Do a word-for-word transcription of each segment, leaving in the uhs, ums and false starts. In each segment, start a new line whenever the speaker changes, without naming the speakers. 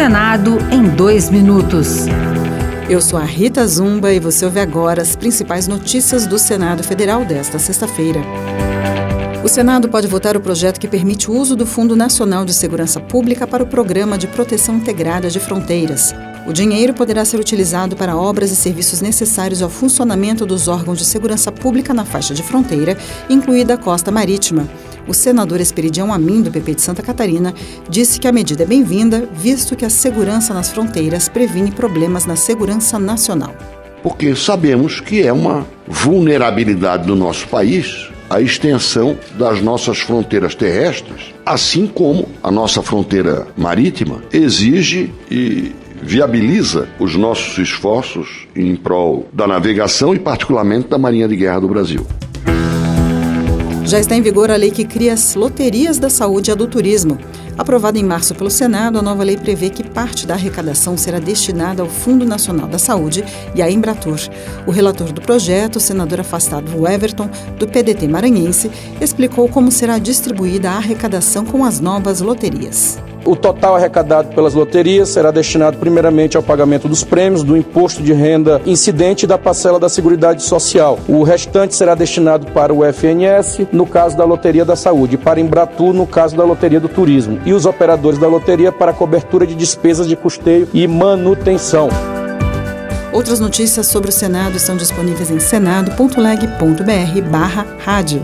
Senado em dois minutos.
Eu sou a Rita Zumba e você ouve agora as principais notícias do Senado Federal desta sexta-feira. O Senado pode votar o projeto que permite o uso do Fundo Nacional de Segurança Pública para o Programa de Proteção Integrada de Fronteiras. O dinheiro poderá ser utilizado para obras e serviços necessários ao funcionamento dos órgãos de segurança pública na faixa de fronteira, incluída a costa marítima. O senador Esperidião Amin, do P P de Santa Catarina, disse que a medida é bem-vinda, visto que a segurança nas fronteiras previne problemas na segurança nacional.
Porque sabemos que é uma vulnerabilidade do nosso país a extensão das nossas fronteiras terrestres, assim como a nossa fronteira marítima exige e viabiliza os nossos esforços em prol da navegação e particularmente da Marinha de Guerra do Brasil.
Já está em vigor a lei que cria as loterias da saúde e a do turismo. Aprovada em março pelo Senado, a nova lei prevê que parte da arrecadação será destinada ao Fundo Nacional da Saúde e à Embratur. O relator do projeto, o senador afastado Everton, do P D T maranhense, explicou como será distribuída a arrecadação com as novas loterias.
O total arrecadado pelas loterias será destinado primeiramente ao pagamento dos prêmios, do imposto de renda incidente e da parcela da Seguridade Social. O restante será destinado para o F N S, no caso da Loteria da Saúde, e para a Embratur, no caso da Loteria do Turismo, e os operadores da loteria para a cobertura de despesas de custeio e manutenção.
Outras notícias sobre o Senado estão disponíveis em senado ponto leg ponto br barra rádio.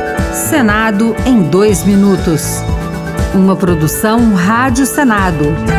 Senado em dois minutos. Uma produção Rádio Senado.